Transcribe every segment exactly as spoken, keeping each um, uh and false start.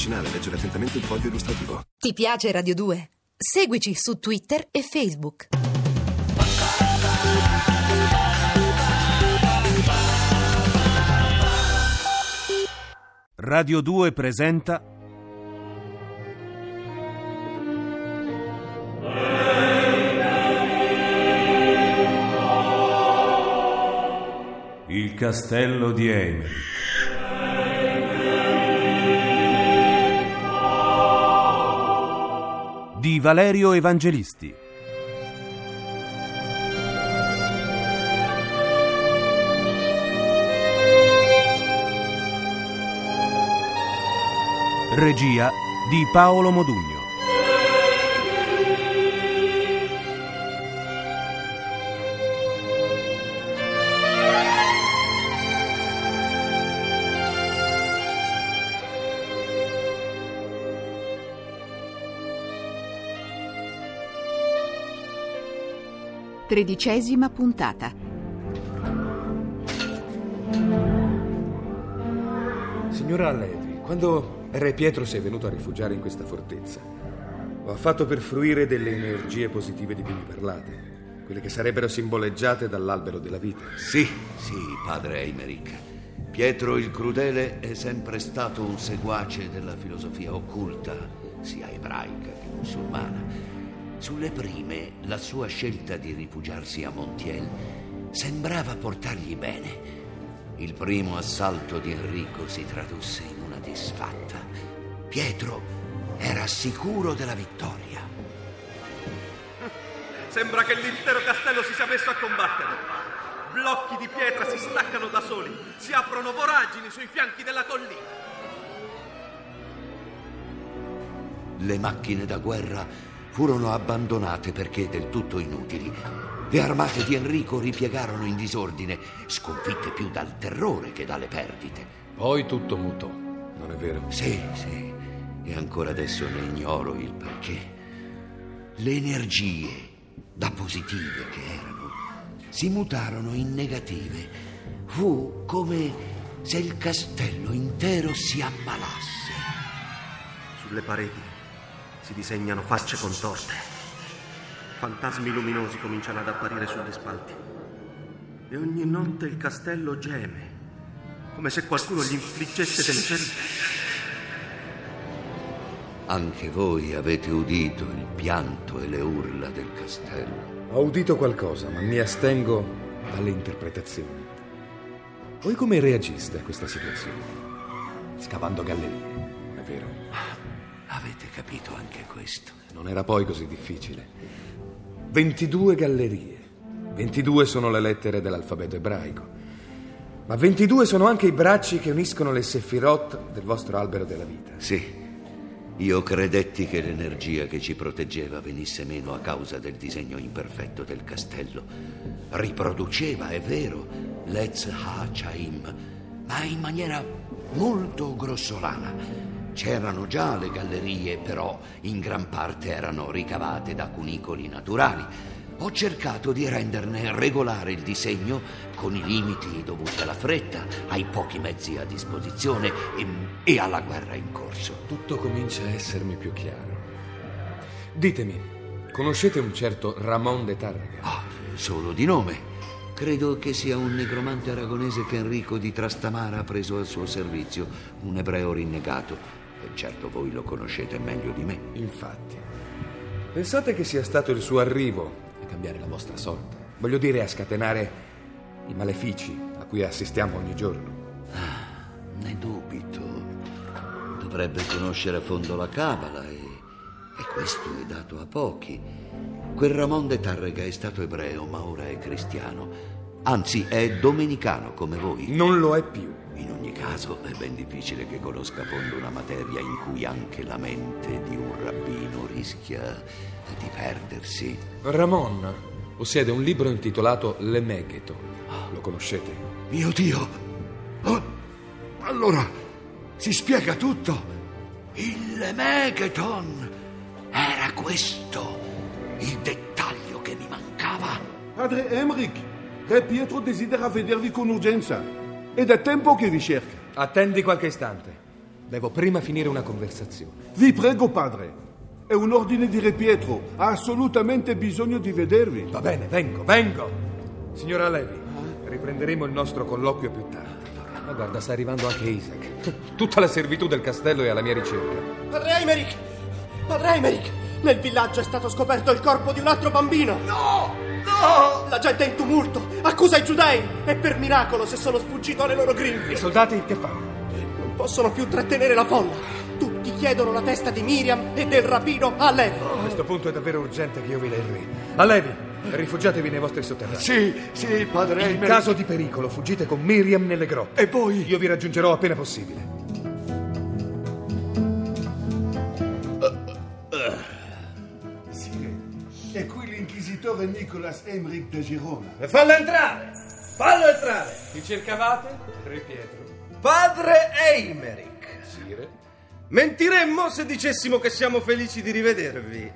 medicinale. Leggere attentamente il foglio illustrativo. Ti piace Radio due? Seguici su Twitter e Facebook. Radio due presenta Il castello di Eymerich di Valerio Evangelisti. Regia di Paolo Modugno. Tredicesima puntata. Signora Allevi, quando Re Pietro si è venuto a rifugiare in questa fortezza, lo ha fatto per fruire delle energie positive di cui mi parlate, quelle che sarebbero simboleggiate dall'albero della vita. Sì, sì, padre Eymerich. Pietro il Crudele è sempre stato un seguace della filosofia occulta, sia ebraica che musulmana. Sulle prime, la sua scelta di rifugiarsi a Montiel sembrava portargli bene. Il primo assalto di Enrico si tradusse in una disfatta. Pietro era sicuro della vittoria. Sembra che l'intero castello si sia messo a combattere. Blocchi di pietra si staccano da soli, si aprono voragini sui fianchi della collina. Le macchine da guerra furono abbandonate perché del tutto inutili. Le armate di Enrico ripiegarono in disordine, sconfitte più dal terrore che dalle perdite. Poi tutto mutò, non è vero? Sì, sì, e ancora adesso ne ignoro il perché. Le energie, da positive che erano, si mutarono in negative. Fu come se il castello intero si ammalasse. Sulle pareti si disegnano facce contorte. Fantasmi luminosi cominciano ad apparire sugli spalti. E ogni notte il castello geme, come se qualcuno gli infliggesse delle ferite. Anche voi avete udito il pianto e le urla del castello. Ho udito qualcosa, ma mi astengo dalle interpretazioni. Voi come reagiste a questa situazione? Scavando gallerie, è vero? Avete capito anche questo? Non era poi così difficile. ventidue gallerie. ventidue sono le lettere dell'alfabeto ebraico. Ma ventidue sono anche i bracci che uniscono le sefirot del vostro albero della vita. Sì. Io credetti che l'energia che ci proteggeva venisse meno a causa del disegno imperfetto del castello. Riproduceva, è vero, l'Etz HaChaim, ma in maniera molto grossolana. C'erano già le gallerie, però in gran parte erano ricavate da cunicoli naturali. Ho cercato di renderne regolare il disegno con i limiti dovuti alla fretta, ai pochi mezzi a disposizione e, e alla guerra in corso. Tutto comincia a essermi più chiaro. Ditemi, conoscete un certo Ramon de Tarrega? Ah, solo di nome. Credo che sia un negromante aragonese che Enrico di Trastamara ha preso al suo servizio, un ebreo rinnegato. E certo voi lo conoscete meglio di me. Infatti. Pensate che sia stato il suo arrivo a cambiare la vostra sorte? Voglio dire, a scatenare i malefici a cui assistiamo ogni giorno. Ah, ne dubito. Dovrebbe conoscere a fondo la Cabala e, e questo è dato a pochi. Quel Ramon de Tarrega è stato ebreo, ma ora è cristiano. Anzi, è domenicano come voi. Non lo è più. In ogni caso è ben difficile che conosca a fondo una materia in cui anche la mente di un rabbino rischia di perdersi. Ramon possiede un libro intitolato Le Megeton. Lo conoscete? Mio Dio! Oh, allora si spiega tutto. Il Le Megeton era questo il dettaglio che mi mancava. Padre Eymerich, Re Pietro desidera vedervi con urgenza. È da tempo che vi cerca. Attendi qualche istante. Devo prima finire una conversazione. Vi prego, padre. È un ordine di Re Pietro. Ha assolutamente bisogno di vedervi. Va bene, vengo, vengo. Signora Levi, riprenderemo il nostro colloquio più tardi. Ma guarda, sta arrivando anche Isaac. Tutta la servitù del castello è alla mia ricerca. Padre Aymeric! Padre Aymeric! Nel villaggio è stato scoperto il corpo di un altro bambino! No! No! La gente è in tumulto, accusa i giudei e per miracolo se sono sfuggito alle loro grinfie. I soldati che fanno? Non possono più trattenere la folla. Tutti chiedono la testa di Miriam e del rabbino a Levi. A questo punto è davvero urgente che io veda il re. A Levi, rifugiatevi nei vostri sotterranei. Sì, sì, padre In Aymeric. caso di pericolo, fuggite con Miriam nelle grotte. E poi? Io vi raggiungerò appena possibile. Sire, è qui l'inquisitore Nicolas Aymeric de Girona. E fallo entrare! Fallo entrare! Chi cercavate? Re Pietro. Padre Aymeric! Sire? Mentiremmo se dicessimo che siamo felici di rivedervi.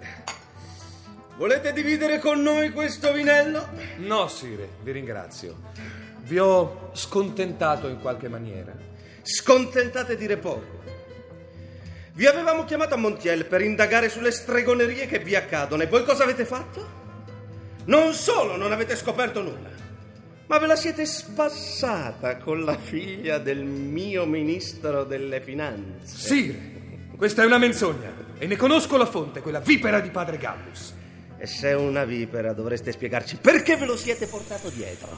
Volete dividere con noi questo vinello? No, Sire, vi ringrazio. Vi ho scontentato in qualche maniera. Scontentate dire poco. Vi avevamo chiamato a Montiel per indagare sulle stregonerie che vi accadono e voi cosa avete fatto? Non solo non avete scoperto nulla, ma ve la siete spassata con la figlia del mio ministro delle finanze. Sire, questa è una menzogna e ne conosco la fonte, quella vipera di padre Gallus. E se è una vipera dovreste spiegarci perché ve lo siete portato dietro.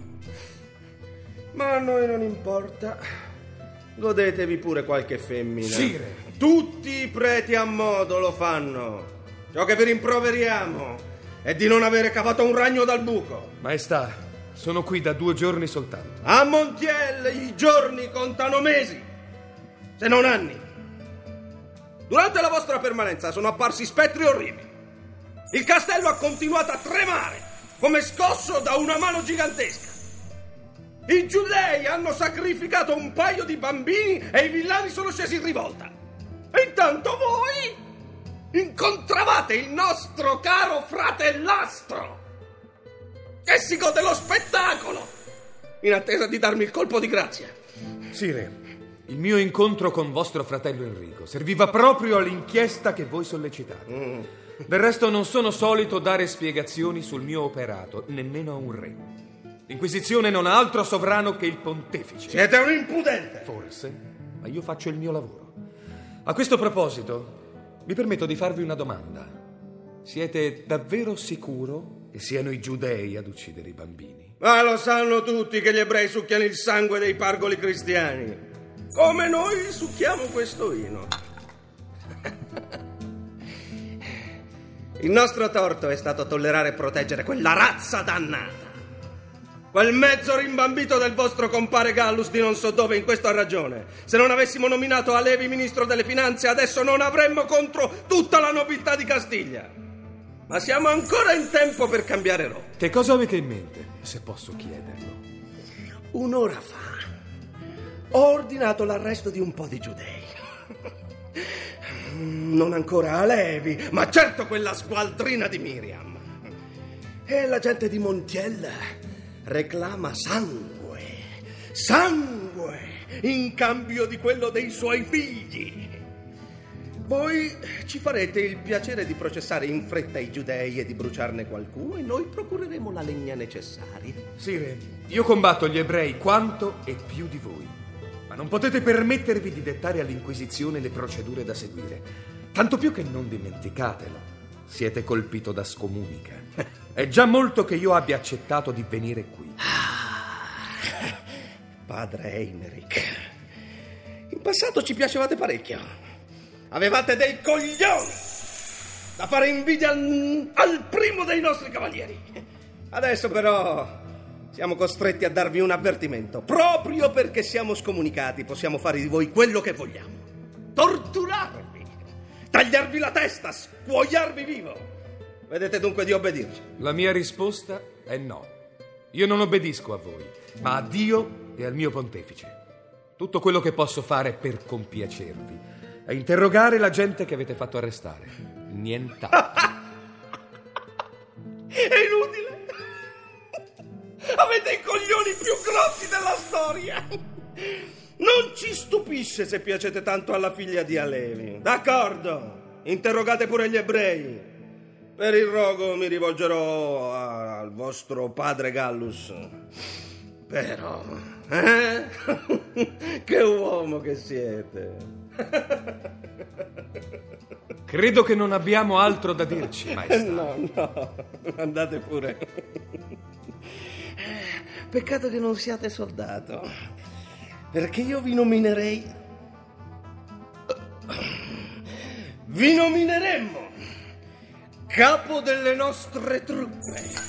Ma a noi non importa. Godetevi pure qualche femmina. Sire. Tutti i preti a modo lo fanno. Ciò che vi rimproveriamo è di non avere cavato un ragno dal buco. Maestà, sono qui da due giorni soltanto. A Montiel i giorni contano mesi, se non anni. Durante la vostra permanenza sono apparsi spettri orribili. Il castello ha continuato a tremare, come scosso da una mano gigantesca. I giudei hanno sacrificato un paio di bambini e i villani sono scesi in rivolta. E intanto voi incontravate il nostro caro fratellastro, che si gode lo spettacolo, in attesa di darmi il colpo di grazia. Sire, il mio incontro con vostro fratello Enrico serviva proprio all'inchiesta che voi sollecitate. Mm. Del resto non sono solito dare spiegazioni sul mio operato, nemmeno a un re. L'Inquisizione non ha altro sovrano che il pontefice. Siete un impudente. Forse, ma io faccio il mio lavoro. A questo proposito, mi permetto di farvi una domanda. Siete davvero sicuro che siano i giudei ad uccidere i bambini? Ma lo sanno tutti che gli ebrei succhiano il sangue dei pargoli cristiani, come noi succhiamo questo vino. Il nostro torto è stato tollerare e proteggere quella razza dannata. Quel mezzo rimbambito del vostro compare Gallus di non so dove, in questo ha ragione. Se non avessimo nominato a Levi ministro delle finanze, adesso non avremmo contro tutta la nobiltà di Castiglia. Ma siamo ancora in tempo per cambiare rotta. Che cosa avete in mente, se posso chiederlo? Un'ora fa ho ordinato l'arresto di un po' di giudei. Non ancora a Levi, ma certo quella squaldrina di Miriam. E la gente di Montiel reclama sangue, sangue, in cambio di quello dei suoi figli. Voi ci farete il piacere di processare in fretta i giudei e di bruciarne qualcuno e noi procureremo la legna necessaria. Sire, io combatto gli ebrei quanto e più di voi, ma non potete permettervi di dettare all'Inquisizione le procedure da seguire, tanto più che non dimenticatelo. Siete colpito da scomunica. È già molto che io abbia accettato di venire qui. Ah, padre Aymeric, in passato ci piacevate parecchio. Avevate dei coglioni da fare invidia al, al primo dei nostri cavalieri. Adesso però siamo costretti a darvi un avvertimento. Proprio perché siamo scomunicati possiamo fare di voi quello che vogliamo. Torturarvi, tagliarvi la testa, scuoiarvi vivo. Vedete dunque di obbedirci. La mia risposta è no. Io non obbedisco a voi, ma a Dio e al mio pontefice. Tutto quello che posso fare per compiacervi è interrogare la gente che avete fatto arrestare. Nient'altro. È inutile. Avete i coglioni più grossi della storia. Non Non ci stupisce se piacete tanto alla figlia di Alevi. D'accordo, interrogate pure gli ebrei. Per il rogo mi rivolgerò a- al vostro padre Gallus. Però, eh? Che uomo che siete. Credo che non abbiamo altro da dirci, maestà. No, no, andate pure. Peccato che non siate soldato, perché io vi nominerei... Vi nomineremmo capo delle nostre truppe.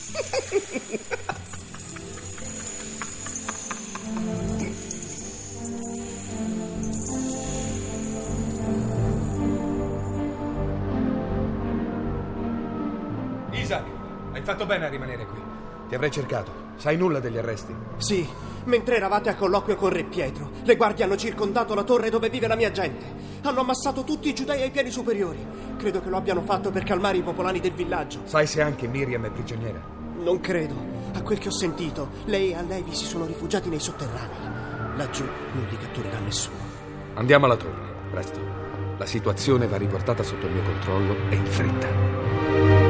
Isaac, hai fatto bene a rimanere qui. Ti avrei cercato. Sai nulla degli arresti? Sì, mentre eravate a colloquio con Re Pietro, le guardie hanno circondato la torre dove vive la mia gente. Hanno ammassato tutti i giudei ai piani superiori. Credo che lo abbiano fatto per calmare i popolani del villaggio. Sai se anche Miriam è prigioniera? Non credo. A quel che ho sentito, lei e Alevi si sono rifugiati nei sotterranei. Laggiù non li catturerà nessuno. Andiamo alla torre, presto. La situazione va riportata sotto il mio controllo e in fretta.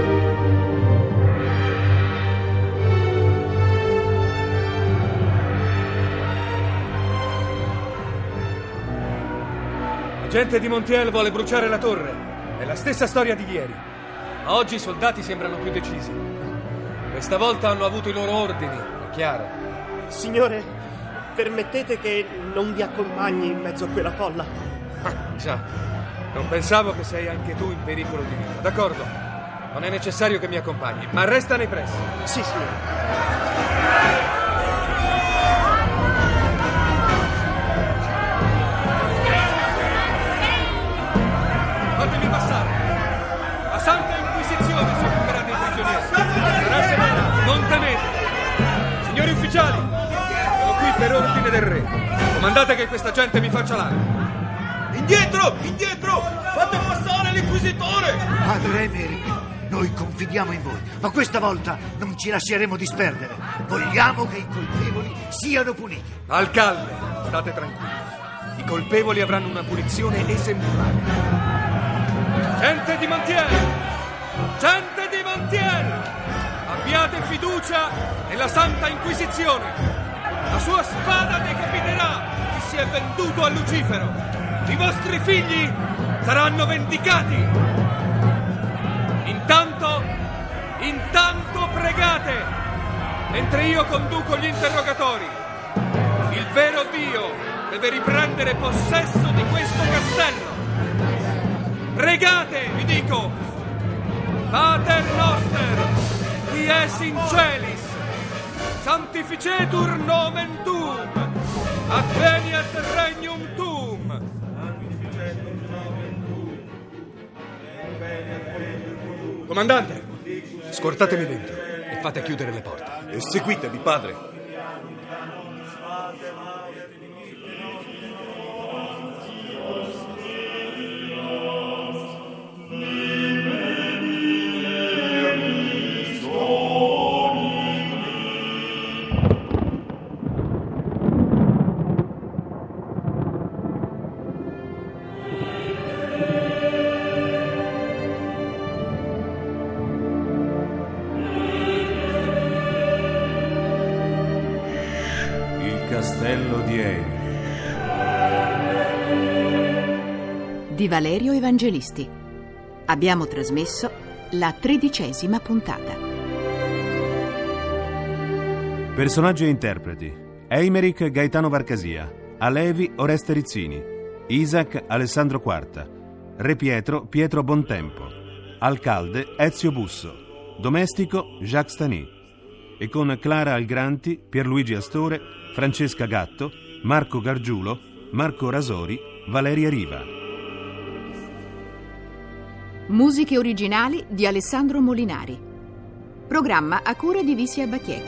La gente di Montiel vuole bruciare la torre. È la stessa storia di ieri. Ma oggi i soldati sembrano più decisi. Questa volta hanno avuto i loro ordini, è chiaro. Signore, permettete che non vi accompagni in mezzo a quella folla? Ah, già, non pensavo che sei anche tu in pericolo di vita. D'accordo, non è necessario che mi accompagni, ma resta nei pressi. Sì, signore. Fatemi passare. La Santa Inquisizione si occuperà dei prigionieri. Sarà separata, non temete. Signori ufficiali, sono qui per ordine del re. Comandate che questa gente mi faccia largo. Indietro, indietro! Fate passare l'inquisitore! Padre Emerick, noi confidiamo in voi, ma questa volta non ci lasceremo disperdere. Vogliamo che i colpevoli siano puniti. Al calme, state tranquilli. I colpevoli avranno una punizione esemplare. Gente di Montiel! Gente di Montiel! Abbiate fiducia nella Santa Inquisizione! La sua spada decapiterà chi si è venduto a Lucifero! I vostri figli saranno vendicati! Intanto, intanto pregate! Mentre io conduco gli interrogatori! Il vero Dio deve riprendere possesso di questo castello! Pregate, vi dico! Pater noster, qui es in celis, sanctificetur nomen tuum, adveniat regnum tuum. Comandante, scortatemi dentro e fate chiudere le porte. E seguitemi, padre. Castello di Emerick di Valerio Evangelisti. Abbiamo trasmesso la tredicesima puntata. Personaggi e interpreti: Emerick Gaetano Varcasia, Alevi Oreste Rizzini, Isaac Alessandro Quarta, Re Pietro Pietro Bontempo, Alcalde Ezio Busso, Domestico Jacques Stani, e con Clara Algranti, Pierluigi Astore, Francesca Gatto, Marco Gargiulo, Marco Rasori, Valeria Riva. Musiche originali di Alessandro Molinari. Programma a cura di Visia Bacheca.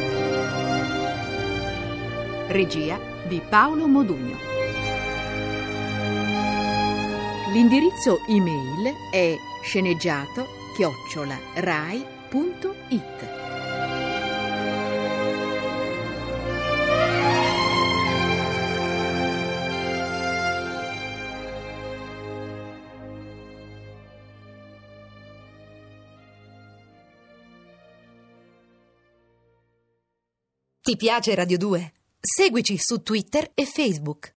Regia di Paolo Modugno. L'indirizzo email è sceneggiato chiocciola rai punto it. Ti piace Radio due? Seguici su Twitter e Facebook.